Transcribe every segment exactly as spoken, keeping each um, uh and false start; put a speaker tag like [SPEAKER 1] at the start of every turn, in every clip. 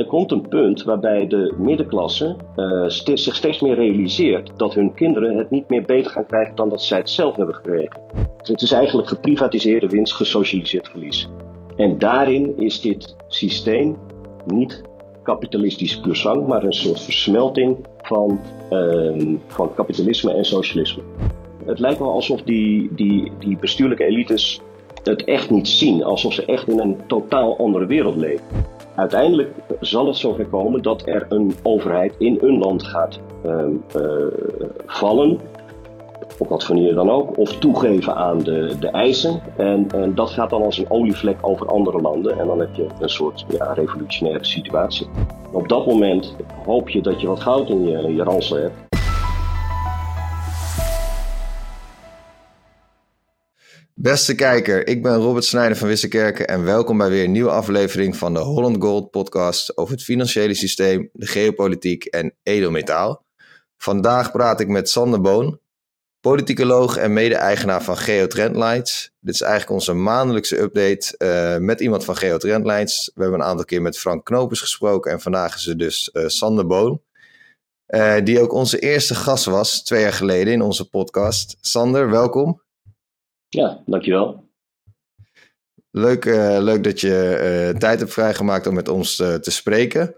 [SPEAKER 1] komt een punt waarbij de middenklasse uh, st- zich steeds meer realiseert dat hun kinderen het niet meer beter gaan krijgen dan dat zij het zelf hebben gekregen. Dus het is eigenlijk geprivatiseerde winst, gesocialiseerd verlies. En daarin is dit systeem niet kapitalistisch puur zang, maar een soort versmelting van, uh, van kapitalisme en socialisme. Het lijkt wel alsof die, die, die bestuurlijke elites het echt niet zien, alsof ze echt in een totaal andere wereld leven. Uiteindelijk zal het zover komen dat er een overheid in een land gaat uh, uh, vallen, op wat voor manier dan ook, of toegeven aan de, de eisen. En, en dat gaat dan als een olievlek over andere landen en dan heb je een soort ja, revolutionaire situatie. Op dat moment hoop je dat je wat goud in je, je ransel hebt.
[SPEAKER 2] Beste kijker, ik ben Robert Snijder van Wissekerke en welkom bij weer een nieuwe aflevering van de Holland Gold podcast over het financiële systeem, de geopolitiek en edelmetaal. Vandaag praat ik met Sander Boon, politicoloog en mede-eigenaar van Geo Trendlines. Dit is eigenlijk onze maandelijkse update uh, met iemand van Geo Trendlines. We hebben een aantal keer met Frank Knopers gesproken en vandaag is er dus uh, Sander Boon. Uh, die ook onze eerste gast was, twee jaar geleden in onze podcast. Sander, welkom.
[SPEAKER 1] Ja, dankjewel.
[SPEAKER 2] Leuk, uh, leuk dat je uh, tijd hebt vrijgemaakt om met ons uh, te spreken.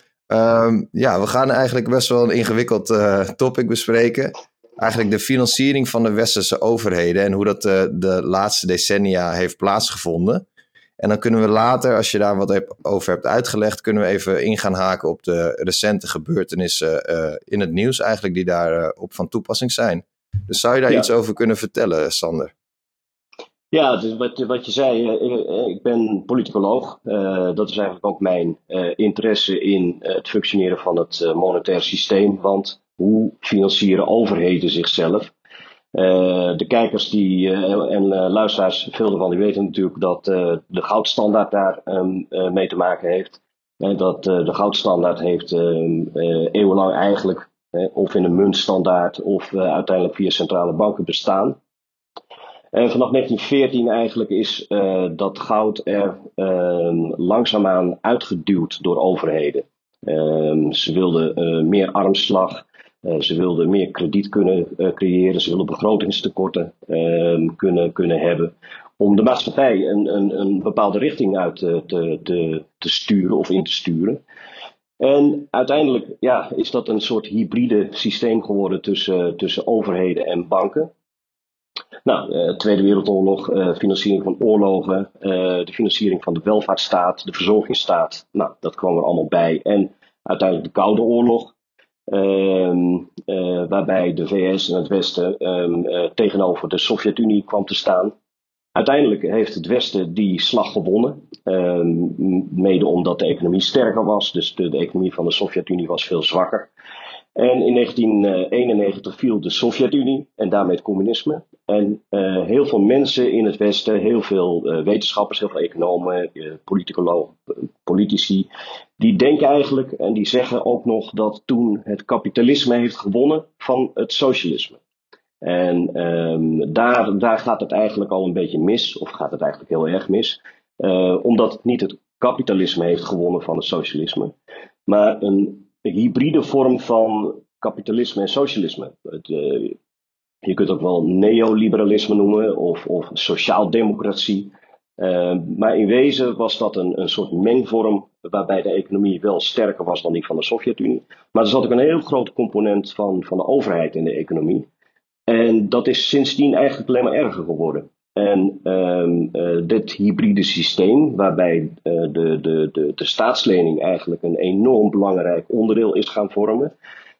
[SPEAKER 2] Um, ja, we gaan eigenlijk best wel een ingewikkeld uh, topic bespreken. Eigenlijk de financiering van de westerse overheden en hoe dat uh, de laatste decennia heeft plaatsgevonden. En dan kunnen we later, als je daar wat heb, over hebt uitgelegd, kunnen we even in gaan haken op de recente gebeurtenissen uh, in het nieuws eigenlijk die daar uh, op van toepassing zijn. Dus zou je daar ja. iets over kunnen vertellen, Sander?
[SPEAKER 1] Ja, dus wat, wat je zei, ik ben politicoloog. Uh, dat is eigenlijk ook mijn uh, interesse in uh, het functioneren van het uh, monetair systeem. Want hoe financieren overheden zichzelf? Uh, de kijkers die, uh, en uh, luisteraars, veel ervan, die weten natuurlijk dat uh, de goudstandaard daar um, uh, mee te maken heeft. En dat uh, de goudstandaard heeft um, uh, eeuwenlang eigenlijk uh, of in een muntstandaard of uh, uiteindelijk via centrale banken bestaan. En vanaf negentien veertien eigenlijk is uh, dat goud er uh, langzaamaan uitgeduwd door overheden. Uh, ze wilden uh, meer armslag, uh, ze wilden meer krediet kunnen uh, creëren, ze wilden begrotingstekorten uh, kunnen, kunnen hebben. Om de maatschappij een, een, een bepaalde richting uit uh, te, te, te sturen of in te sturen. En uiteindelijk ja, is dat een soort hybride systeem geworden tussen, tussen overheden en banken. Nou, uh, Tweede Wereldoorlog, uh, financiering van oorlogen, uh, de financiering van de welvaartsstaat, de verzorgingsstaat. Nou, dat kwam er allemaal bij. En uiteindelijk de Koude Oorlog, uh, uh, waarbij de V S en het Westen uh, uh, tegenover de Sovjet-Unie kwam te staan. Uiteindelijk heeft het Westen die slag gewonnen, uh, mede omdat de economie sterker was. Dus de, de economie van de Sovjet-Unie was veel zwakker. En in negentien eenennegentig viel de Sovjet-Unie en daarmee het communisme. En uh, heel veel mensen in het Westen, heel veel uh, wetenschappers, heel veel economen, uh, politicologen, politici, die denken eigenlijk en die zeggen ook nog dat toen het kapitalisme heeft gewonnen van het socialisme. En um, daar, daar gaat het eigenlijk al een beetje mis, of gaat het eigenlijk heel erg mis, uh, omdat het niet het kapitalisme heeft gewonnen van het socialisme, maar een Een hybride vorm van kapitalisme en socialisme. Het, uh, je kunt het ook wel neoliberalisme noemen of, of sociaaldemocratie. Uh, maar in wezen was dat een, een soort mengvorm waarbij de economie wel sterker was dan die van de Sovjet-Unie. Maar er zat ook een heel groot component van, van de overheid in de economie. En dat is sindsdien eigenlijk alleen maar erger geworden. En um, uh, dit hybride systeem, waarbij uh, de, de, de, de staatslening eigenlijk een enorm belangrijk onderdeel is gaan vormen,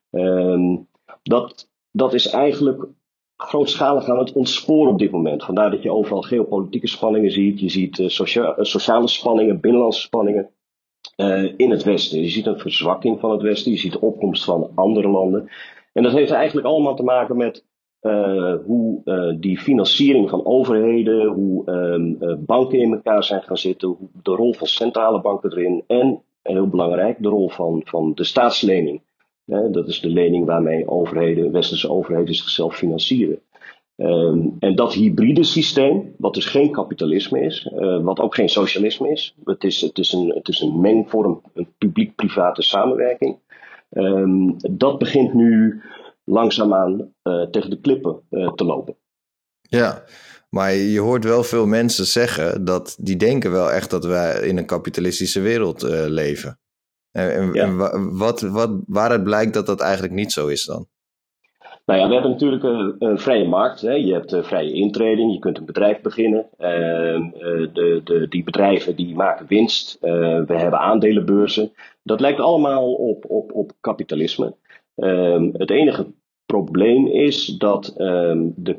[SPEAKER 1] um, dat, dat is eigenlijk grootschalig aan het ontsporen op dit moment. Vandaar dat je overal geopolitieke spanningen ziet, je ziet uh, socia- sociale spanningen, binnenlandse spanningen uh, in het Westen. Je ziet een verzwakking van het Westen, je ziet de opkomst van andere landen. En dat heeft eigenlijk allemaal te maken met Uh, hoe uh, die financiering van overheden, hoe um, uh, banken in elkaar zijn gaan zitten, hoe de rol van centrale banken erin en, heel belangrijk, de rol van, van de staatslening. Uh, dat is de lening waarmee overheden, westerse overheden zichzelf financieren. Um, en dat hybride systeem, wat dus geen kapitalisme is, uh, wat ook geen socialisme is, het is, het is, een, het is een mengvorm, een publiek-privaat publiek-private samenwerking. Um, dat begint nu langzaamaan uh, tegen de klippen uh, te lopen.
[SPEAKER 2] Ja, maar je hoort wel veel mensen zeggen dat die denken wel echt dat wij in een kapitalistische wereld uh, leven. En, en, ja. en wat, wat, waaruit blijkt dat dat eigenlijk niet zo is dan?
[SPEAKER 1] Nou ja, we hebben natuurlijk een, een vrije markt. Hè. Je hebt uh, vrije intreding, je kunt een bedrijf beginnen. Uh, uh, de, de, die bedrijven die maken winst. Uh, we hebben aandelenbeurzen. Dat lijkt allemaal op, op, op kapitalisme. Uh, het enige probleem is dat uh, de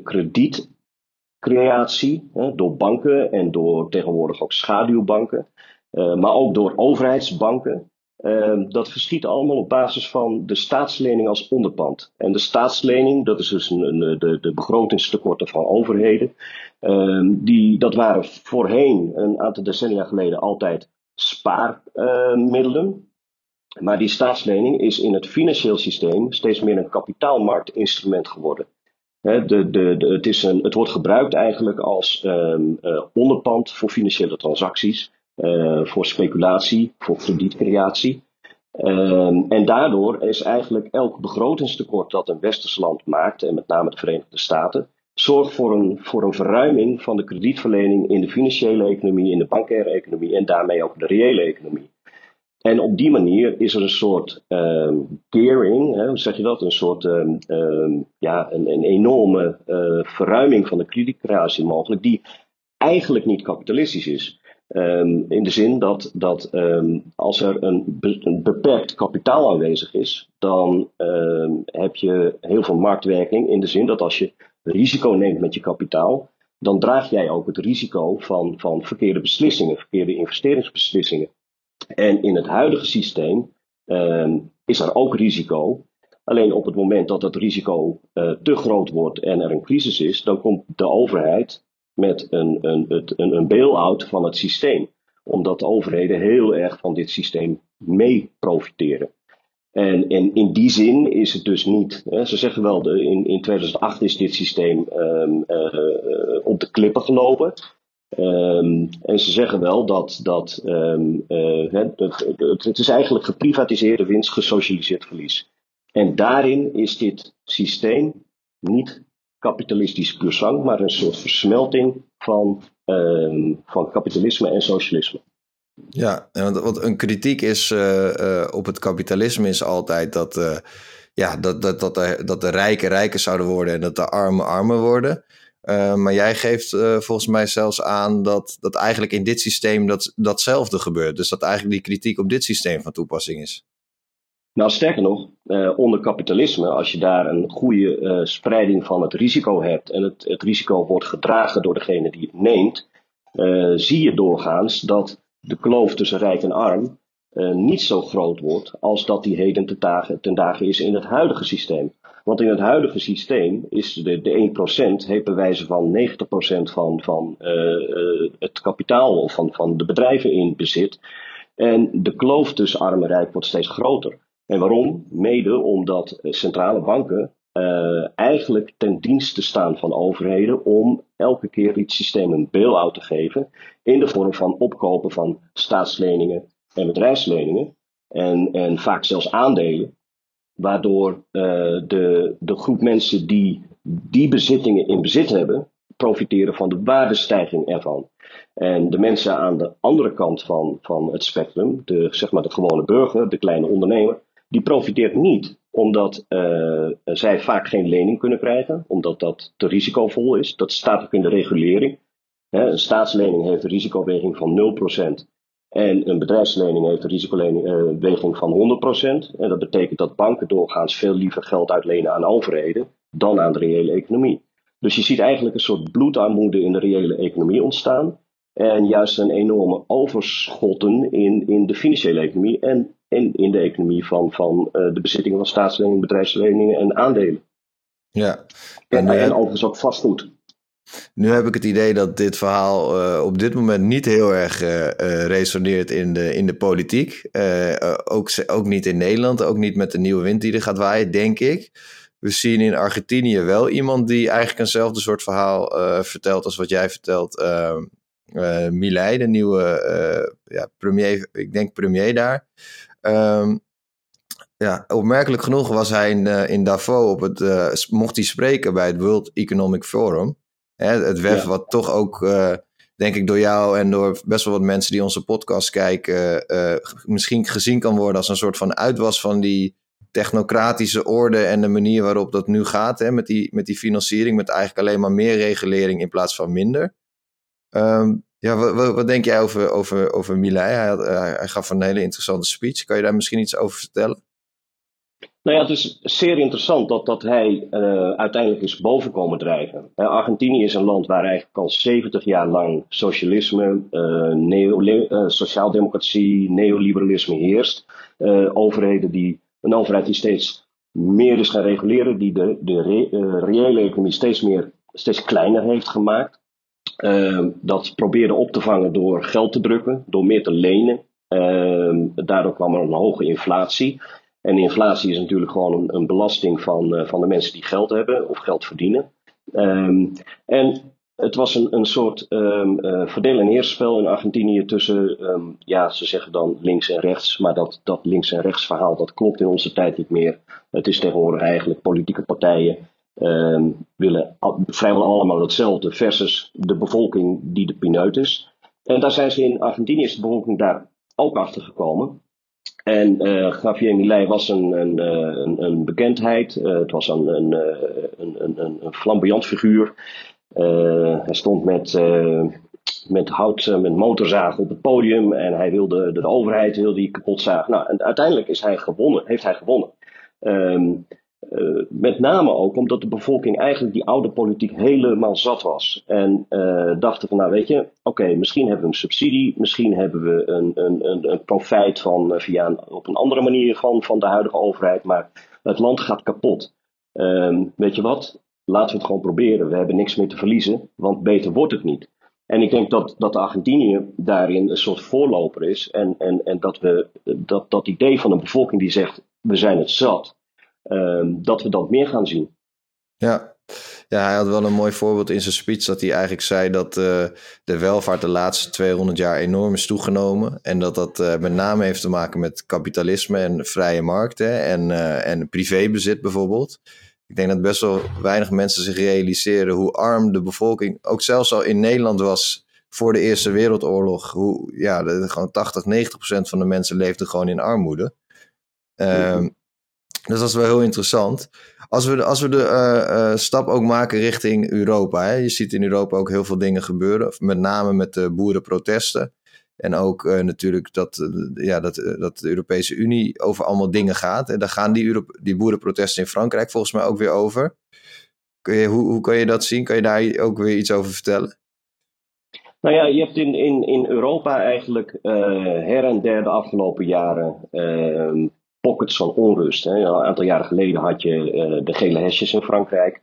[SPEAKER 1] kredietcreatie hè, door banken en door tegenwoordig ook schaduwbanken, uh, maar ook door overheidsbanken, Uh, dat geschiet allemaal op basis van de staatslening als onderpand. En de staatslening, dat is dus een, een, de, de begrotingstekorten van overheden. Uh, die, dat waren voorheen, een aantal decennia geleden, altijd spaarmiddelen. Uh, maar die staatslening is in het financieel systeem steeds meer een kapitaalmarktinstrument geworden. He, de, de, de, het, is een, het wordt gebruikt eigenlijk als um, uh, onderpand voor financiële transacties. Uh, voor speculatie, voor kredietcreatie. Um, en daardoor is eigenlijk elk begrotingstekort dat een westers land maakt, en met name de Verenigde Staten, zorgt voor een, voor een verruiming van de kredietverlening in de financiële economie, in de bankaire economie en daarmee ook de reële economie. En op die manier is er een soort um, gearing, hè, hoe zeg je dat? Een soort um, um, ja, een, een enorme uh, verruiming van de kredietcreatie mogelijk, die eigenlijk niet kapitalistisch is. Um, in de zin dat, dat um, als er een, be- een beperkt kapitaal aanwezig is, dan um, heb je heel veel marktwerking. In de zin dat als je risico neemt met je kapitaal, dan draag jij ook het risico van, van verkeerde beslissingen, verkeerde investeringsbeslissingen. En in het huidige systeem um, is er ook risico. Alleen op het moment dat dat risico uh, te groot wordt en er een crisis is, dan komt de overheid met een, een, een, een bail-out van het systeem. Omdat de overheden heel erg van dit systeem mee profiteren. En, en in die zin is het dus niet. Hè, ze zeggen wel, de, in, in tweeduizend acht is dit systeem um, uh, uh, op de klippen gelopen. Um, en ze zeggen wel dat, dat um, uh, het, het, het, het is eigenlijk geprivatiseerde winst, gesocialiseerd verlies. En daarin is dit systeem niet kapitalistisch puur zang, maar een soort versmelting van, um, van kapitalisme en socialisme.
[SPEAKER 2] Ja, want, want een kritiek is uh, uh, op het kapitalisme is altijd dat, uh, ja, dat, dat, dat, de, dat de rijken rijker zouden worden en dat de armen armer worden. Uh, maar jij geeft uh, volgens mij zelfs aan dat, dat eigenlijk in dit systeem dat, datzelfde gebeurt. Dus dat eigenlijk die kritiek op dit systeem van toepassing is.
[SPEAKER 1] Nou, sterker nog, uh, onder kapitalisme, als je daar een goede uh, spreiding van het risico hebt en het, het risico wordt gedragen door degene die het neemt, uh, zie je doorgaans dat de kloof tussen rijk en arm uh, niet zo groot wordt als dat die heden ten dagen, ten dagen is in het huidige systeem. Want in het huidige systeem is de, de één procent heeft bij wijze van negentig procent van, van uh, uh, het kapitaal of van, van de bedrijven in bezit. En de kloof tussen arm en rijk wordt steeds groter. En waarom? Mede omdat centrale banken uh, eigenlijk ten dienste staan van overheden om elke keer het systeem een bail-out te geven in de vorm van opkopen van staatsleningen en bedrijfsleningen en, en vaak zelfs aandelen, waardoor uh, de, de groep mensen die die bezittingen in bezit hebben, profiteren van de waardestijging ervan. En de mensen aan de andere kant van, van het spectrum, de, zeg maar de gewone burger, de kleine ondernemer, die profiteert niet, omdat uh, zij vaak geen lening kunnen krijgen, omdat dat te risicovol is. Dat staat ook in de regulering. He, een staatslening heeft een risicoweging van nul procent en een bedrijfslening heeft een risicoweging van honderd procent. En dat betekent dat banken doorgaans veel liever geld uitlenen aan overheden dan aan de reële economie. Dus je ziet eigenlijk een soort bloedarmoede in de reële economie ontstaan. En juist een enorme overschotten in, in de financiële economie en, en in de economie van, van uh, de bezittingen van staatsleningen, bedrijfsleningen en aandelen.
[SPEAKER 2] Ja.
[SPEAKER 1] En, en, en overigens ook vastgoed.
[SPEAKER 2] Nu heb ik het idee dat dit verhaal uh, op dit moment niet heel erg uh, uh, resoneert in de, in de politiek. Uh, uh, ook, ook niet in Nederland, ook niet met de nieuwe wind die er gaat waaien, denk ik. We zien in Argentinië wel iemand die eigenlijk eenzelfde soort verhaal uh, vertelt als wat jij vertelt. Uh, uh, Milei, de nieuwe uh, ja, premier, ik denk premier daar. Um, ja, opmerkelijk genoeg was hij in, uh, in Davos op het, uh, mocht hij spreken bij het World Economic Forum. Hè, het W E F, ja. Wat toch ook, uh, denk ik, door jou en door best wel wat mensen die onze podcast kijken, uh, misschien gezien kan worden als een soort van uitwas van die technocratische orde en de manier waarop dat nu gaat, hè, met, die, met die financiering, met eigenlijk alleen maar meer regulering in plaats van minder. Um, ja, wat, wat denk jij over, over, over Milei? Hij, had, uh, hij gaf een hele interessante speech. Kan je daar misschien iets over vertellen?
[SPEAKER 1] Nou ja, het is zeer interessant dat, dat hij uh, uiteindelijk is boven komen drijven. Uh, Argentinië is een land waar eigenlijk al zeventig jaar lang socialisme, uh, neo, uh, sociaaldemocratie, neoliberalisme heerst. Uh, overheden die, een overheid die steeds meer is gaan reguleren, die de, de re, uh, reële economie steeds, meer, steeds kleiner heeft gemaakt. Uh, dat probeerde op te vangen door geld te drukken, door meer te lenen. Uh, daardoor kwam er een hoge inflatie. En inflatie is natuurlijk gewoon een, een belasting van, uh, van de mensen die geld hebben of geld verdienen. Um, en het was een, een soort um, uh, verdeel- en heersspel in Argentinië tussen, um, ja, ze zeggen dan links en rechts, maar dat, dat links en rechts verhaal, dat klopt in onze tijd niet meer. Het is tegenwoordig eigenlijk politieke partijen um, willen al, vrijwel allemaal hetzelfde versus de bevolking die de pineut is. En daar zijn ze in Argentinië, is de bevolking daar ook achter gekomen. En uh, Javier Milei was een, een, een, een bekendheid. Uh, het was een, een, een, een, een flamboyant figuur. Uh, hij stond met, uh, met hout, uh, met motorzaag op het podium. En hij wilde de, de overheid wilde hij kapot zagen. Nou, en uiteindelijk is hij gewonnen, heeft hij gewonnen. Um, Uh, met name ook omdat de bevolking eigenlijk die oude politiek helemaal zat was. En uh, dachten van, nou weet je, oké, okay, misschien hebben we een subsidie, misschien hebben we een, een, een, een profijt van, uh, via een, op een andere manier van, van de huidige overheid, maar het land gaat kapot. Uh, weet je wat, laten we het gewoon proberen. We hebben niks meer te verliezen, want beter wordt het niet. En ik denk dat, dat Argentinië daarin een soort voorloper is. En, en, en dat we dat, dat idee van een bevolking die zegt, we zijn het zat. Um, dat we dat meer gaan zien.
[SPEAKER 2] Ja. ja, hij had wel een mooi voorbeeld in zijn speech dat hij eigenlijk zei dat uh, de welvaart de laatste tweehonderd jaar enorm is toegenomen. En dat dat uh, met name heeft te maken met kapitalisme en vrije markten en, uh, en privébezit bijvoorbeeld. Ik denk dat best wel weinig mensen zich realiseren hoe arm de bevolking ook zelfs al in Nederland was voor de Eerste Wereldoorlog. Hoe, ja, de, gewoon tachtig, negentig procent van de mensen leefden gewoon in armoede. Um, Dus dat is wel heel interessant. Als we de, als we de uh, uh, stap ook maken richting Europa. Hè? Je ziet in Europa ook heel veel dingen gebeuren. Met name met de boerenprotesten. En ook uh, natuurlijk dat, uh, ja, dat, uh, dat de Europese Unie over allemaal dingen gaat. En daar gaan die, Euro- die boerenprotesten in Frankrijk volgens mij ook weer over. Kun je, hoe, hoe kan je dat zien? Kan je daar ook weer iets over vertellen?
[SPEAKER 1] Nou ja, je hebt in, in, in Europa eigenlijk uh, her en der de afgelopen jaren Uh, pockets van onrust. Hè. Een aantal jaren geleden had je uh, de gele hesjes in Frankrijk.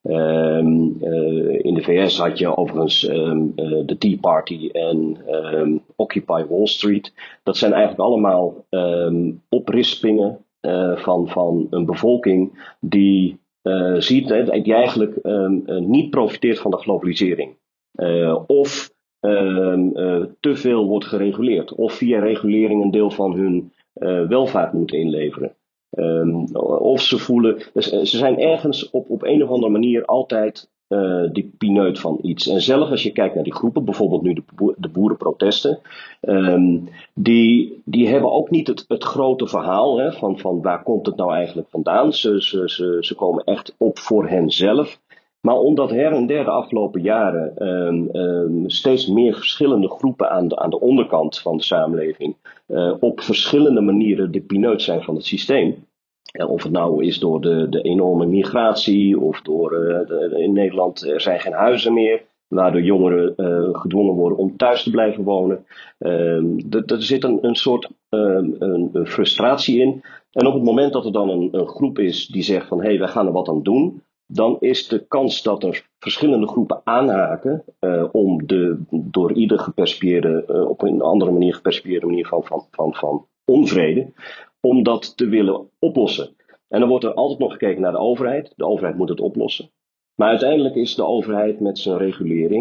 [SPEAKER 1] Um, uh, in de V S had je overigens um, uh, de Tea Party en um, Occupy Wall Street. Dat zijn eigenlijk allemaal um, oprispingen uh, van, van een bevolking die uh, ziet, hè, die eigenlijk um, uh, niet profiteert van de globalisering. Uh, of um, uh, te veel wordt gereguleerd. Of via regulering een deel van hun Uh, welvaart moeten inleveren. Um, of ze voelen, dus, uh, ze zijn ergens op, op een of andere manier altijd uh, die pineut van iets. En zelf als je kijkt naar die groepen, bijvoorbeeld nu de, boer, de boerenprotesten, um, die, die hebben ook niet het, het grote verhaal hè, van, van waar komt het nou eigenlijk vandaan. Ze, ze, ze, ze komen echt op voor henzelf. Maar omdat her en der de afgelopen jaren um, um, steeds meer verschillende groepen aan de, aan de onderkant van de samenleving uh, op verschillende manieren de pineut zijn van het systeem. Uh, of het nou is door de, de enorme migratie of door uh, de, in Nederland er zijn geen huizen meer, waardoor jongeren uh, gedwongen worden om thuis te blijven wonen. Uh, er zit een, een soort uh, een, een frustratie in. En op het moment dat er dan een, een groep is die zegt van hé, hey, wij gaan er wat aan doen, dan is de kans dat er verschillende groepen aanhaken uh, om de door ieder gepercipieerde, uh, op een andere manier gepercipieerde manier van, van, van, van onvrede, om dat te willen oplossen. En dan wordt er altijd nog gekeken naar de overheid. De overheid moet het oplossen. Maar uiteindelijk is de overheid met zijn regulering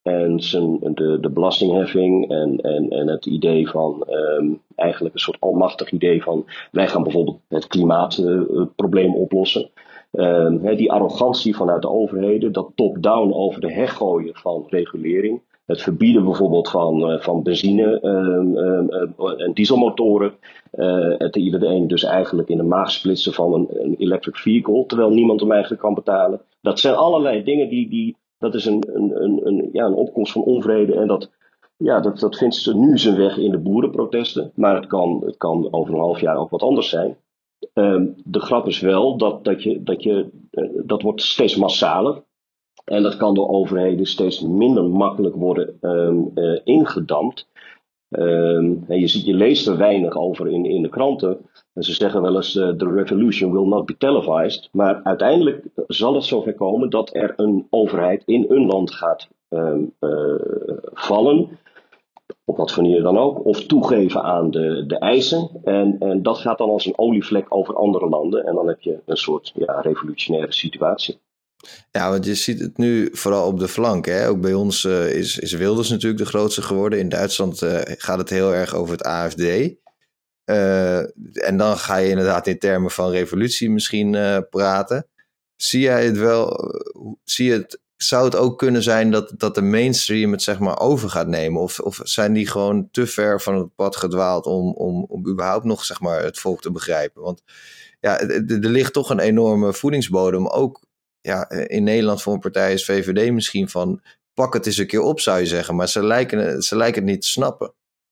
[SPEAKER 1] En zijn, de, de belastingheffing en, en, en het idee van um, eigenlijk een soort almachtig idee van wij gaan bijvoorbeeld het klimaatprobleem uh, oplossen. Um, he, die arrogantie vanuit de overheden, dat top-down over de heg gooien van regulering. Het verbieden bijvoorbeeld van, uh, van benzine um, um, uh, en dieselmotoren. Uh, het iedereen dus eigenlijk in de maag splitsen van een, een electric vehicle, terwijl niemand hem eigenlijk kan betalen. Dat zijn allerlei dingen die... die Dat is een, een, een, een, ja, een opkomst van onvrede en dat, ja, dat, dat vindt ze nu zijn weg in de boerenprotesten. Maar het kan, het kan over een half jaar ook wat anders zijn. Um, de grap is wel dat, dat, je, dat, je, uh, dat wordt steeds massaler. En dat kan door overheden steeds minder makkelijk worden um, uh, ingedampt. Um, en je, ziet, je leest er weinig over in, in de kranten. En ze zeggen wel eens, uh, the revolution will not be televised. Maar uiteindelijk zal het zover komen dat er een overheid in een land gaat um, uh, vallen. Op wat voor manier dan ook. Of toegeven aan de, de eisen. En, en dat gaat dan als een olievlek over andere landen. En dan heb je een soort ja, revolutionaire situatie.
[SPEAKER 2] Ja, want je ziet het nu vooral op de flank. Hè? Ook bij ons uh, is, is Wilders natuurlijk de grootste geworden. In Duitsland uh, gaat het heel erg over het A F D. Uh, en dan ga je inderdaad in termen van revolutie misschien uh, praten. Zie jij het wel? Uh, zie je het, zou het ook kunnen zijn dat, dat de mainstream het zeg maar over gaat nemen? Of, of zijn die gewoon te ver van het pad gedwaald om, om, om überhaupt nog zeg maar, het volk te begrijpen? Want ja, er, er ligt toch een enorme voedingsbodem ook. Ja, in Nederland voor een partij is V V D misschien van pak het eens een keer op, zou je zeggen. Maar ze lijken, ze lijken het niet te snappen.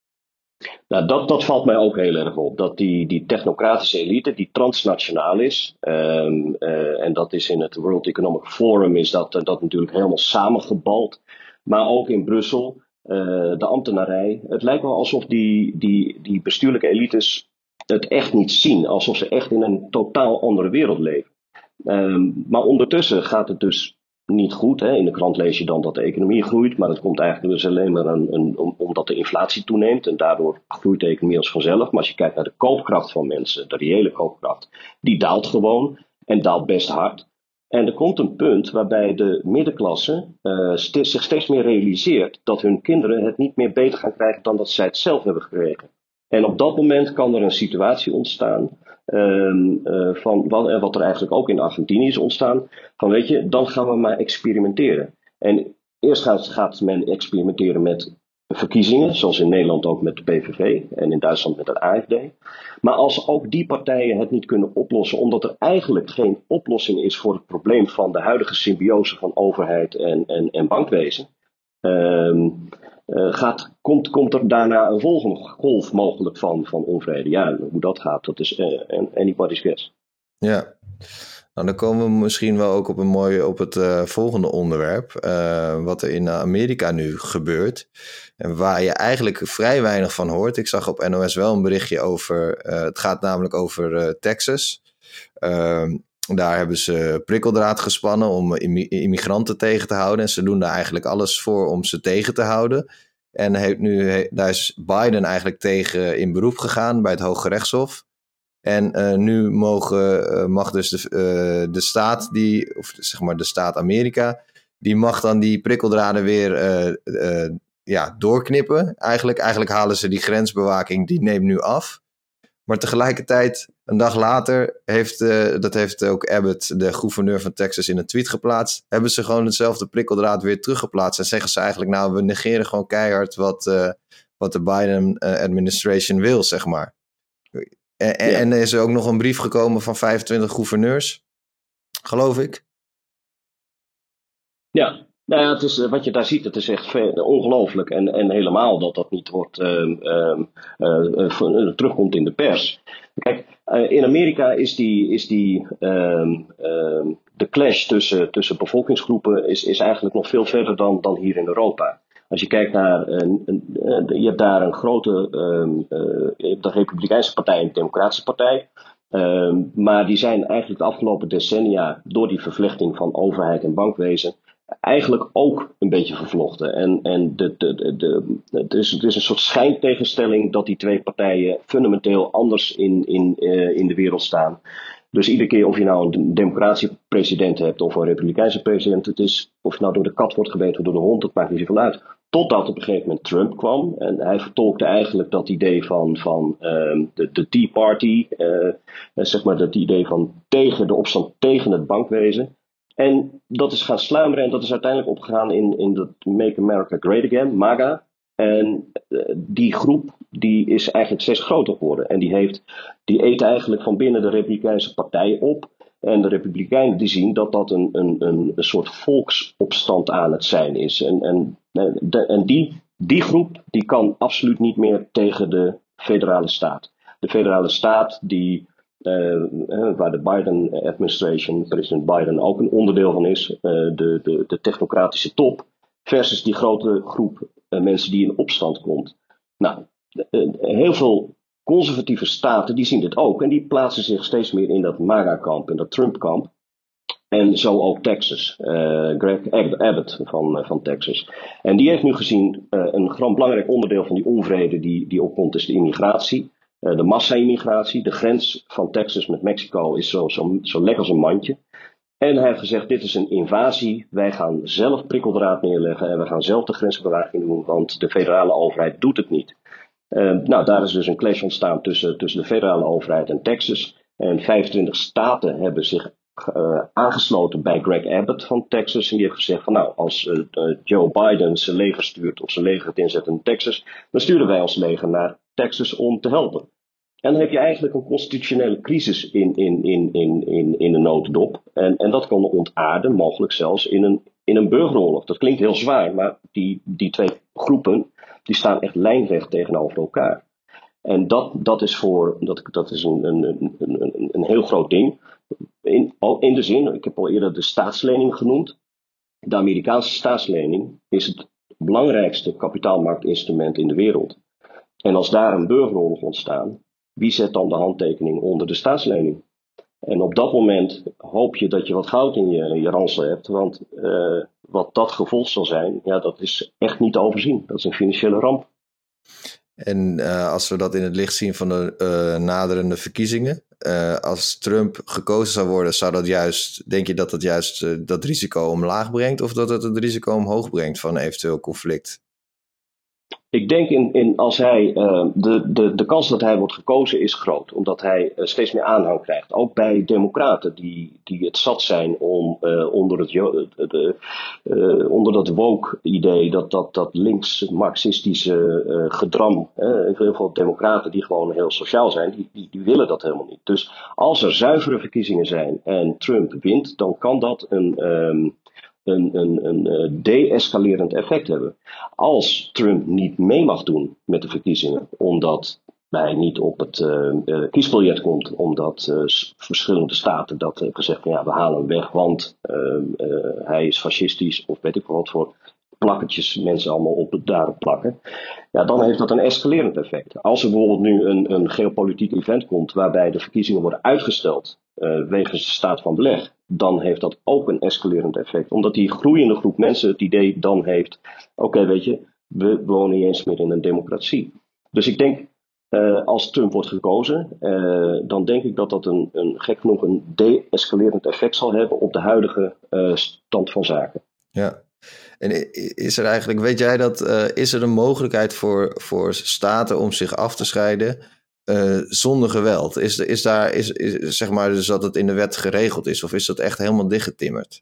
[SPEAKER 1] Nou, dat, dat valt mij ook heel erg op. Dat die, die technocratische elite, die transnationaal is. Um, uh, en dat is in het World Economic Forum is dat, dat natuurlijk helemaal samengebald. Maar ook in Brussel, uh, de ambtenarij. Het lijkt wel alsof die, die, die bestuurlijke elites het echt niet zien. Alsof ze echt in een totaal andere wereld leven. Um, maar ondertussen gaat het dus niet goed. Hè. In de krant lees je dan dat de economie groeit, maar dat komt eigenlijk dus alleen maar een, een, om, omdat de inflatie toeneemt en daardoor groeit de economie als vanzelf. Maar als je kijkt naar de koopkracht van mensen, de reële koopkracht, die daalt gewoon en daalt best hard. En er komt een punt waarbij de middenklasse uh, st- zich steeds meer realiseert dat hun kinderen het niet meer beter gaan krijgen dan dat zij het zelf hebben gekregen. En op dat moment kan er een situatie ontstaan. Um, uh, van wat, wat er eigenlijk ook in Argentinië is ontstaan. Van weet je, dan gaan we maar experimenteren. En eerst gaat, gaat men experimenteren met verkiezingen. Zoals in Nederland ook met de P V V. En in Duitsland met de A F D. Maar als ook die partijen het niet kunnen oplossen. Omdat er eigenlijk geen oplossing is voor het probleem van de huidige symbiose van overheid en, en, en bankwezen. Um, Uh, gaat, komt, komt er daarna een volgende golf mogelijk van, van onvrede? Ja, hoe dat gaat, dat is uh, anybody's guess.
[SPEAKER 2] Ja, nou, dan komen we misschien wel ook op een mooie op het uh, volgende onderwerp. Uh, wat er in Amerika nu gebeurt. En waar je eigenlijk vrij weinig van hoort. Ik zag op N O S wel een berichtje over. Uh, het gaat namelijk over uh, Texas. Uh, Daar hebben ze prikkeldraad gespannen om immigranten tegen te houden. En ze doen daar eigenlijk alles voor om ze tegen te houden. En heeft nu, daar is Biden eigenlijk tegen in beroep gegaan bij het Hoge Rechtshof. En uh, nu mogen, uh, mag dus de, uh, de staat, die, of zeg maar de staat Amerika, die mag dan die prikkeldraden weer uh, uh, ja, doorknippen. Eigenlijk, eigenlijk halen ze die grensbewaking, die neemt nu af. Maar tegelijkertijd, een dag later, heeft, uh, dat heeft ook Abbott, de gouverneur van Texas, in een tweet geplaatst. Hebben ze gewoon hetzelfde prikkeldraad weer teruggeplaatst. En zeggen ze eigenlijk, nou, we negeren gewoon keihard wat, uh, wat de Biden-administration wil, zeg maar. En, ja. en er is ook nog een brief gekomen van vijfentwintig gouverneurs, geloof ik.
[SPEAKER 1] Ja. Nou ja, het is, wat je daar ziet, het is echt ongelooflijk. En, en helemaal dat dat niet wordt, uh, uh, uh, uh, terugkomt in de pers. Kijk, uh, in Amerika is die, is die uh, uh, de clash tussen, tussen bevolkingsgroepen is, is eigenlijk nog veel verder dan, dan hier in Europa. Als je kijkt naar, uh, uh, je hebt daar een grote, uh, uh, je hebt de Republikeinse partij en de Democratische partij. Uh, maar die zijn eigenlijk de afgelopen decennia door die vervlechting van overheid en bankwezen eigenlijk ook een beetje vervlochten. En, en de, de, de, de, het, is, het is een soort schijntegenstelling dat die twee partijen fundamenteel anders in, in, uh, in de wereld staan. Dus iedere keer of je nou een democratische president hebt of een republikeinse president. Het is, of je nou door de kat wordt gebeten of door de hond, dat maakt niet zoveel uit. Totdat op een gegeven moment Trump kwam. En hij vertolkte eigenlijk dat idee van, van uh, de, de Tea Party. Uh, zeg maar dat idee van tegen de opstand tegen het bankwezen. En dat is gaan sluimeren en dat is uiteindelijk opgegaan in, in de Make America Great Again, MAGA. En uh, die groep die is eigenlijk steeds groter geworden. En die, heeft, die eet eigenlijk van binnen de Republikeinse partij op. En de Republikeinen die zien dat dat een, een, een, een soort volksopstand aan het zijn is. En, en, de, en die, die groep die kan absoluut niet meer tegen de federale staat. De federale staat die, uh, waar de Biden-administration, president Biden ook een onderdeel van is. Uh, de, de, de technocratische top versus die grote groep uh, mensen die in opstand komt. Nou, uh, heel veel conservatieve staten die zien dit ook en die plaatsen zich steeds meer in dat MAGA-kamp, in dat Trump-kamp. En zo ook Texas. Uh, Greg Abbott van, uh, van Texas. En die heeft nu gezien uh, een groot belangrijk onderdeel van die onvrede die, die opkomt is de immigratie. Uh, de massa-immigratie. De grens van Texas met Mexico is zo, zo, zo lek als een mandje. En hij heeft gezegd, dit is een invasie. Wij gaan zelf prikkeldraad neerleggen en we gaan zelf de grensbewaking doen, want de federale overheid doet het niet. Uh, nou, daar is dus een clash ontstaan tussen, tussen de federale overheid en Texas. En vijfentwintig staten hebben zich uh, aangesloten bij Greg Abbott van Texas. En die heeft gezegd van nou, als uh, uh, Joe Biden zijn leger stuurt of zijn leger het inzet in Texas, dan sturen wij ons leger naar Texas om te helpen. En dan heb je eigenlijk een constitutionele crisis in, in, in, in, in, in een notendop. En, en dat kan ontaarden, mogelijk zelfs in een, in een burgeroorlog. Dat klinkt heel zwaar, maar die, die twee groepen die staan echt lijnrecht tegenover elkaar. En dat, dat is, voor, dat, dat is een, een, een, een, een heel groot ding. In, in de zin, ik heb al eerder de staatslening genoemd. De Amerikaanse staatslening is het belangrijkste kapitaalmarktinstrument in de wereld. En als daar een burgeroorlog ontstaat, wie zet dan de handtekening onder de staatslening? En op dat moment hoop je dat je wat goud in je, je ransel hebt. Want uh, wat dat gevolg zal zijn, ja, dat is echt niet te overzien. Dat is een financiële ramp.
[SPEAKER 2] En uh, als we dat in het licht zien van de uh, naderende verkiezingen. Uh, als Trump gekozen zou worden, zou dat juist, denk je dat het juist uh, dat risico omlaag brengt? Of dat het het risico omhoog brengt van eventueel conflict?
[SPEAKER 1] Ik denk in, in als hij, uh, de, de, de kans dat hij wordt gekozen is groot. Omdat hij uh, steeds meer aanhang krijgt. Ook bij democraten die, die het zat zijn om uh, onder, het, de, uh, onder dat woke-idee, dat, dat, dat links-marxistische uh, gedram. Uh, heel veel democraten die gewoon heel sociaal zijn, die, die, die willen dat helemaal niet. Dus als er zuivere verkiezingen zijn en Trump wint, dan kan dat een... Um, een, een, een uh, de-escalerend effect hebben. Als Trump niet mee mag doen met de verkiezingen, omdat hij niet op het uh, uh, kiesbiljet komt, omdat uh, verschillende staten dat hebben gezegd van ja, we halen hem weg, want uh, uh, hij is fascistisch of weet ik wat voor plakketjes mensen allemaal op daarop plakken. Ja, dan heeft dat een escalerend effect. Als er bijvoorbeeld nu een, een geopolitiek event komt waarbij de verkiezingen worden uitgesteld uh, wegens de staat van beleg, dan heeft dat ook een escalerend effect. Omdat die groeiende groep mensen het idee dan heeft, oké, okay, weet je, we wonen niet eens meer in een democratie. Dus ik denk, uh, als Trump wordt gekozen, uh, dan denk ik dat dat een, een gek genoeg een de-escalerend effect zal hebben op de huidige uh, stand van zaken.
[SPEAKER 2] Ja. En is er eigenlijk, weet jij dat, uh, is er een mogelijkheid voor, voor staten om zich af te scheiden uh, zonder geweld? Is, is daar, is, is, zeg maar dus dat het in de wet geregeld is, of is dat echt helemaal dichtgetimmerd?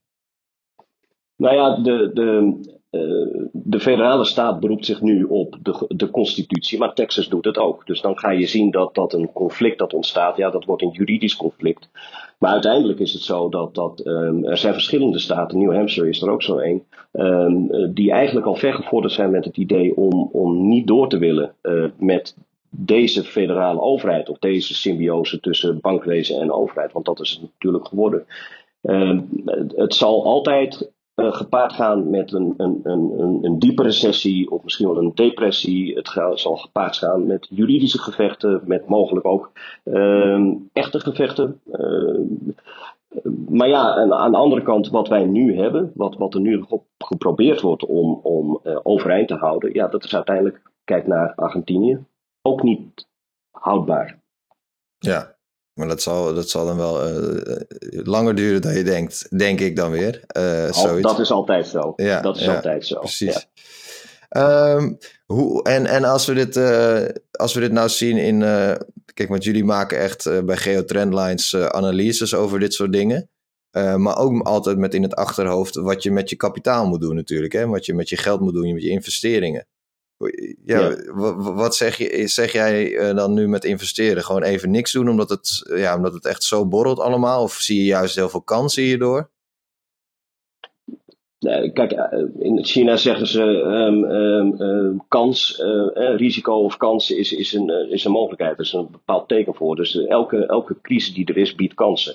[SPEAKER 1] Nou ja, de, de, uh, de federale staat beroept zich nu op de, de constitutie, maar Texas doet het ook. Dus dan ga je zien dat, dat een conflict dat ontstaat, ja, dat wordt een juridisch conflict. Maar uiteindelijk is het zo dat, dat um, er zijn verschillende staten, New Hampshire is er ook zo een, um, die eigenlijk al vergevorderd zijn met het idee om, om niet door te willen uh, met deze federale overheid of deze symbiose tussen bankwezen en overheid. Want dat is het natuurlijk geworden. Um, het zal altijd uh, gepaard gaan met een, een, een, een diepe recessie of misschien wel een depressie. Het gaat, zal gepaard gaan met juridische gevechten, met mogelijk ook um, echte gevechten. Uh, maar ja, en aan de andere kant, wat wij nu hebben, wat, wat er nu geprobeerd wordt om, om uh, overeind te houden, ja, dat is uiteindelijk, kijk naar Argentinië, ook niet houdbaar.
[SPEAKER 2] Ja. Maar dat zal, dat zal dan wel uh, langer duren dan je denkt, denk ik dan weer. Uh,
[SPEAKER 1] Al, dat is altijd zo.
[SPEAKER 2] Ja,
[SPEAKER 1] dat is
[SPEAKER 2] ja,
[SPEAKER 1] altijd zo.
[SPEAKER 2] Precies.
[SPEAKER 1] Ja.
[SPEAKER 2] Um, hoe, en en als, we dit, uh, als we dit nou zien in... Uh, kijk, want jullie maken echt uh, bij Geotrendlines uh, analyses over dit soort dingen. Uh, maar ook altijd met in het achterhoofd wat je met je kapitaal moet doen natuurlijk. Hè? Wat je met je geld moet doen, met je investeringen. Ja, ja. W- wat zeg, je, zeg jij uh, dan nu met investeren? Gewoon even niks doen omdat het, ja, omdat het echt zo borrelt allemaal? Of zie je juist heel veel kansen hierdoor?
[SPEAKER 1] Kijk, in China zeggen ze um, um, um, kans, uh, risico of kans is, is, een, is een mogelijkheid. Er is een bepaald teken voor. Dus elke, elke crisis die er is, biedt kansen.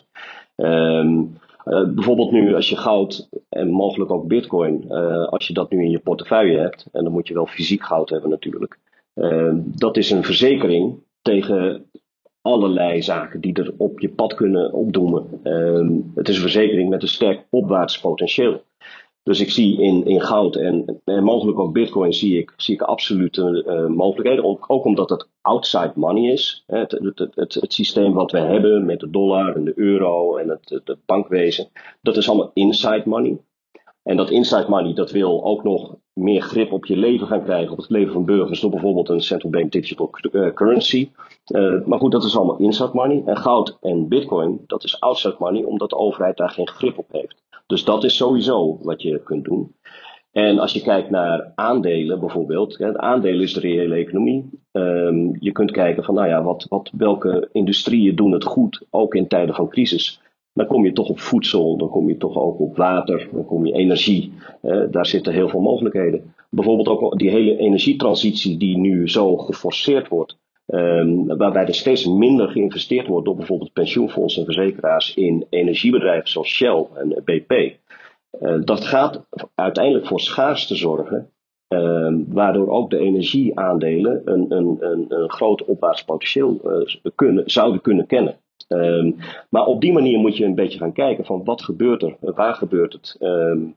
[SPEAKER 1] Um, uh, bijvoorbeeld nu als je goud en mogelijk ook bitcoin, uh, als je dat nu in je portefeuille hebt, en dan moet je wel fysiek goud hebben natuurlijk. Uh, dat is een verzekering tegen allerlei zaken die er op je pad kunnen opdoemen. Um, het is een verzekering met een sterk opwaarts potentieel. Dus ik zie in, in goud en, en mogelijk ook bitcoin zie ik, zie ik absolute uh, mogelijkheden. Ook, ook omdat het outside money is. Hè, het, het, het, het systeem wat we hebben met de dollar en de euro en het, het, het bankwezen. Dat is allemaal inside money. En dat inside money dat wil ook nog meer grip op je leven gaan krijgen. Op het leven van burgers door bijvoorbeeld een central bank digital currency. Uh, maar goed, dat is allemaal inside money. En goud en bitcoin dat is outside money omdat de overheid daar geen grip op heeft. Dus dat is sowieso wat je kunt doen. En als je kijkt naar aandelen bijvoorbeeld. Ja, de aandelen is de reële economie. Um, je kunt kijken van nou ja, wat, wat, welke industrieën doen het goed, ook in tijden van crisis. Dan kom je toch op voedsel, dan kom je toch ook op water, dan kom je energie. Uh, daar zitten heel veel mogelijkheden. Bijvoorbeeld ook die hele energietransitie die nu zo geforceerd wordt. Um, waarbij er steeds minder geïnvesteerd wordt door bijvoorbeeld pensioenfondsen en verzekeraars in energiebedrijven zoals Shell en B P. Uh, dat gaat uiteindelijk voor schaarste zorgen, uh, waardoor ook de energieaandelen een, een, een, een groot opwaarts potentieel uh, kunnen, zouden kunnen kennen. Um, maar op die manier moet je een beetje gaan kijken van wat gebeurt er, waar gebeurt het. Um,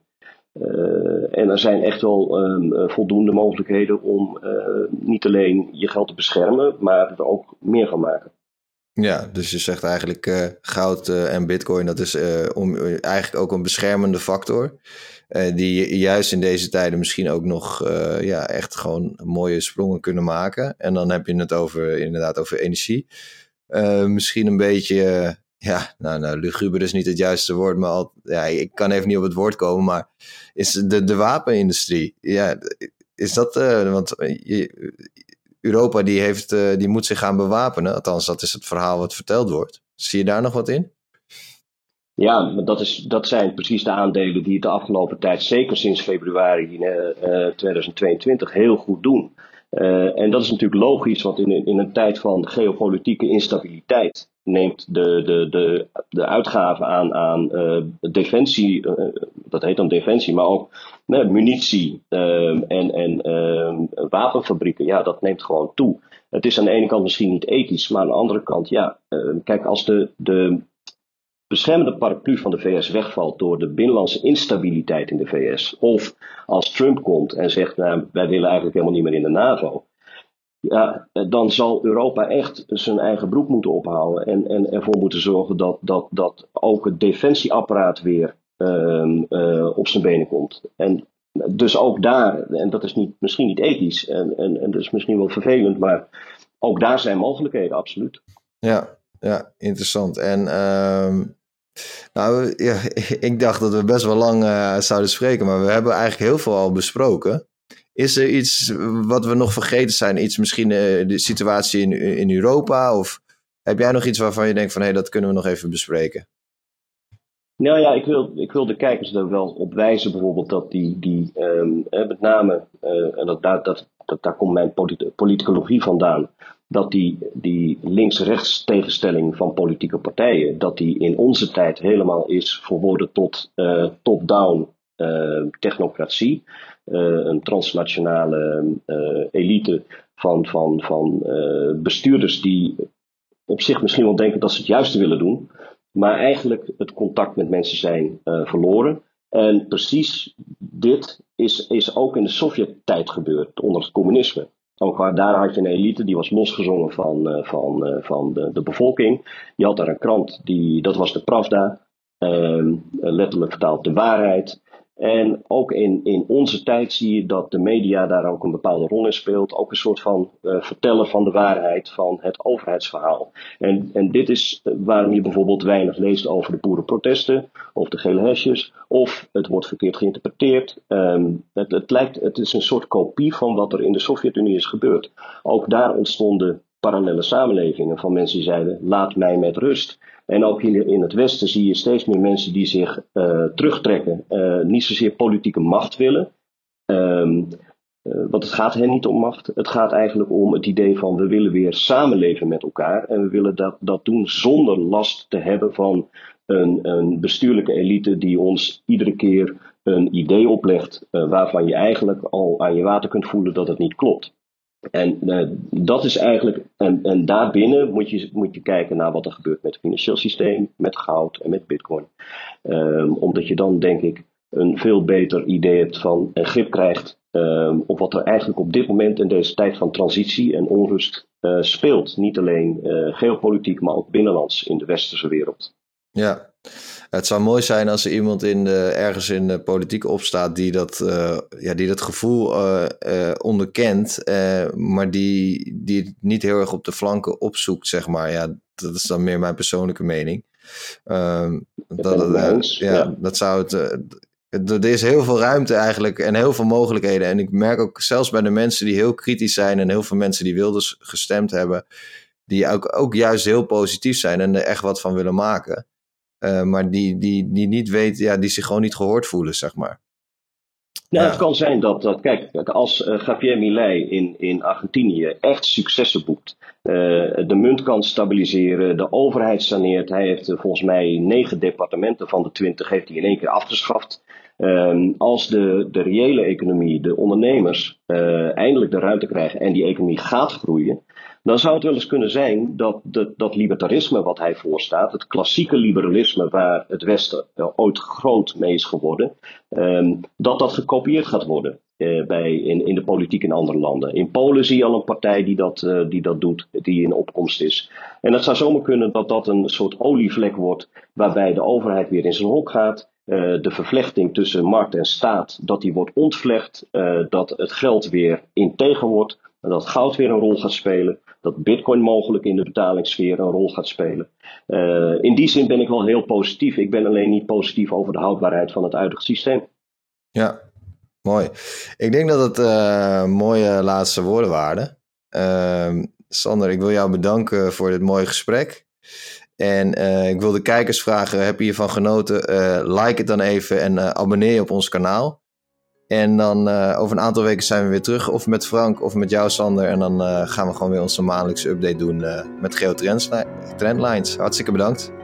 [SPEAKER 1] Uh, en er zijn echt wel um, voldoende mogelijkheden om uh, niet alleen je geld te beschermen, maar er ook meer van maken.
[SPEAKER 2] Ja, dus je zegt eigenlijk uh, goud uh, en bitcoin, dat is uh, om, uh, eigenlijk ook een beschermende factor. Uh, die juist in deze tijden misschien ook nog uh, ja, echt gewoon mooie sprongen kunnen maken. En dan heb je het over, inderdaad over energie. Uh, misschien een beetje, uh, ja, nou, nou, luguber is niet het juiste woord, maar al, ja, ik kan even niet op het woord komen, maar is de, de wapenindustrie, ja, is dat, uh, want je, Europa die, heeft, uh, die moet zich gaan bewapenen, althans dat is het verhaal wat verteld wordt. Zie je daar nog wat in?
[SPEAKER 1] Ja, maar dat, is, dat zijn precies de aandelen die het de afgelopen tijd, zeker sinds februari uh, uh, tweeduizend tweeëntwintig, heel goed doen. Uh, en dat is natuurlijk logisch, want in, in een tijd van geopolitieke instabiliteit neemt de, de, de, de uitgave aan, aan uh, defensie, uh, dat heet dan defensie, maar ook uh, munitie uh, en, en uh, wapenfabrieken, ja, dat neemt gewoon toe. Het is aan de ene kant misschien niet ethisch, maar aan de andere kant, ja, uh, kijk, als de, de beschermende paraplu van de V S wegvalt door de binnenlandse instabiliteit in de V S. Of als Trump komt en zegt, nou, wij willen eigenlijk helemaal niet meer in de NAVO. Ja, dan zal Europa echt zijn eigen broek moeten ophouden. En, en ervoor moeten zorgen dat, dat, dat ook het defensieapparaat weer uh, uh, op zijn benen komt. En dus ook daar, en dat is niet, misschien niet ethisch en, en, en dat is misschien wel vervelend, maar ook daar zijn mogelijkheden, absoluut.
[SPEAKER 2] Ja, ja, interessant. En uh, nou, ja, ik dacht dat we best wel lang uh, zouden spreken, maar we hebben eigenlijk heel veel al besproken. Is er iets wat we nog vergeten zijn? Iets misschien uh, de situatie in, in Europa? Of heb jij nog iets waarvan je denkt van hé, hey, dat kunnen we nog even bespreken?
[SPEAKER 1] Nou ja, ik wil, ik wil de kijkers er wel op wijzen bijvoorbeeld dat die, die um, met name, uh, en dat, dat, dat, dat, daar komt mijn polit- politicologie vandaan, dat die, die links-rechts tegenstelling van politieke partijen, dat die in onze tijd helemaal is verworden tot uh, top-down uh, technocratie. Uh, een transnationale uh, elite van, van, van uh, bestuurders die op zich misschien wel denken dat ze het juiste willen doen, maar eigenlijk het contact met mensen zijn uh, verloren. En precies dit is, is ook in de Sovjet-tijd gebeurd, onder het communisme. Ook daar had je een elite die was losgezongen van, uh, van, uh, van de, de bevolking. Je had daar een krant, die, dat was de Pravda, uh, letterlijk vertaald de waarheid. En ook in, in onze tijd zie je dat de media daar ook een bepaalde rol in speelt. Ook een soort van uh, vertellen van de waarheid van het overheidsverhaal. En, en dit is waarom je bijvoorbeeld weinig leest over de boerenprotesten of de gele hesjes. Of het wordt verkeerd geïnterpreteerd. Um, het, het, lijkt, het is een soort kopie van wat er in de Sovjet-Unie is gebeurd. Ook daar ontstonden parallele samenlevingen van mensen die zeiden: laat mij met rust. En ook hier in het Westen zie je steeds meer mensen die zich uh, terugtrekken. Uh, niet zozeer politieke macht willen. Um, uh, want het gaat hen niet om macht. Het gaat eigenlijk om het idee van we willen weer samenleven met elkaar. En we willen dat, dat doen zonder last te hebben van een, een bestuurlijke elite die ons iedere keer een idee oplegt. Uh, waarvan je eigenlijk al aan je water kunt voelen dat het niet klopt. En uh, dat is eigenlijk, en, en daarbinnen moet je, moet je kijken naar wat er gebeurt met het financieel systeem, met goud en met bitcoin. Um, omdat je dan denk ik een veel beter idee hebt van en grip krijgt um, op wat er eigenlijk op dit moment in deze tijd van transitie en onrust uh, speelt. Niet alleen uh, geopolitiek, maar ook binnenlands in de westerse wereld.
[SPEAKER 2] Ja, het zou mooi zijn als er iemand in de, ergens in de politiek opstaat die dat, uh, ja, die dat gevoel uh, uh, onderkent, uh, maar die, die het niet heel erg op de flanken opzoekt, zeg maar. Ja, dat is dan meer mijn persoonlijke mening. Uh, dat, dat, uh, ja, ja, dat zou het... Uh, Er is heel veel ruimte eigenlijk en heel veel mogelijkheden. En ik merk ook zelfs bij de mensen die heel kritisch zijn en heel veel mensen die Wilders gestemd hebben, die ook, ook juist heel positief zijn en er echt wat van willen maken. Uh, maar die, die, die niet weten, ja, die zich gewoon niet gehoord voelen, zeg maar.
[SPEAKER 1] Nou, ja. Het kan zijn dat, dat kijk, als uh, Javier Milei in, in Argentinië echt successen boekt, uh, de munt kan stabiliseren, de overheid saneert. Hij heeft uh, volgens mij negen departementen van de twintig heeft hij in één keer afgeschaft. Um, als de, de reële economie, de ondernemers, uh, eindelijk de ruimte krijgen en die economie gaat groeien, dan zou het wel eens kunnen zijn dat de, dat libertarisme wat hij voorstaat, het klassieke liberalisme waar het Westen uh, ooit groot mee is geworden, um, dat dat gekopieerd gaat worden uh, bij, in, in de politiek in andere landen. In Polen zie je al een partij die dat, uh, die dat doet, die in opkomst is. En het zou zomaar kunnen dat dat een soort olievlek wordt waarbij de overheid weer in zijn hok gaat. Uh, de vervlechting tussen markt en staat, dat die wordt ontvlecht, uh, dat het geld weer integer wordt, dat goud weer een rol gaat spelen, dat bitcoin mogelijk in de betalingssfeer een rol gaat spelen. Uh, in die zin ben ik wel heel positief. Ik ben alleen niet positief over de houdbaarheid van het huidige systeem.
[SPEAKER 2] Ja, mooi. Ik denk dat het uh, mooie laatste woorden waren. Uh, Sander, ik wil jou bedanken voor dit mooie gesprek. En uh, ik wil de kijkers vragen, heb je hiervan genoten? Uh, like het dan even en uh, abonneer je op ons kanaal. En dan uh, over een aantal weken zijn we weer terug. Of met Frank of met jou, Sander. En dan uh, gaan we gewoon weer onze maandelijkse update doen uh, met Geo Trendlines. Hartstikke bedankt.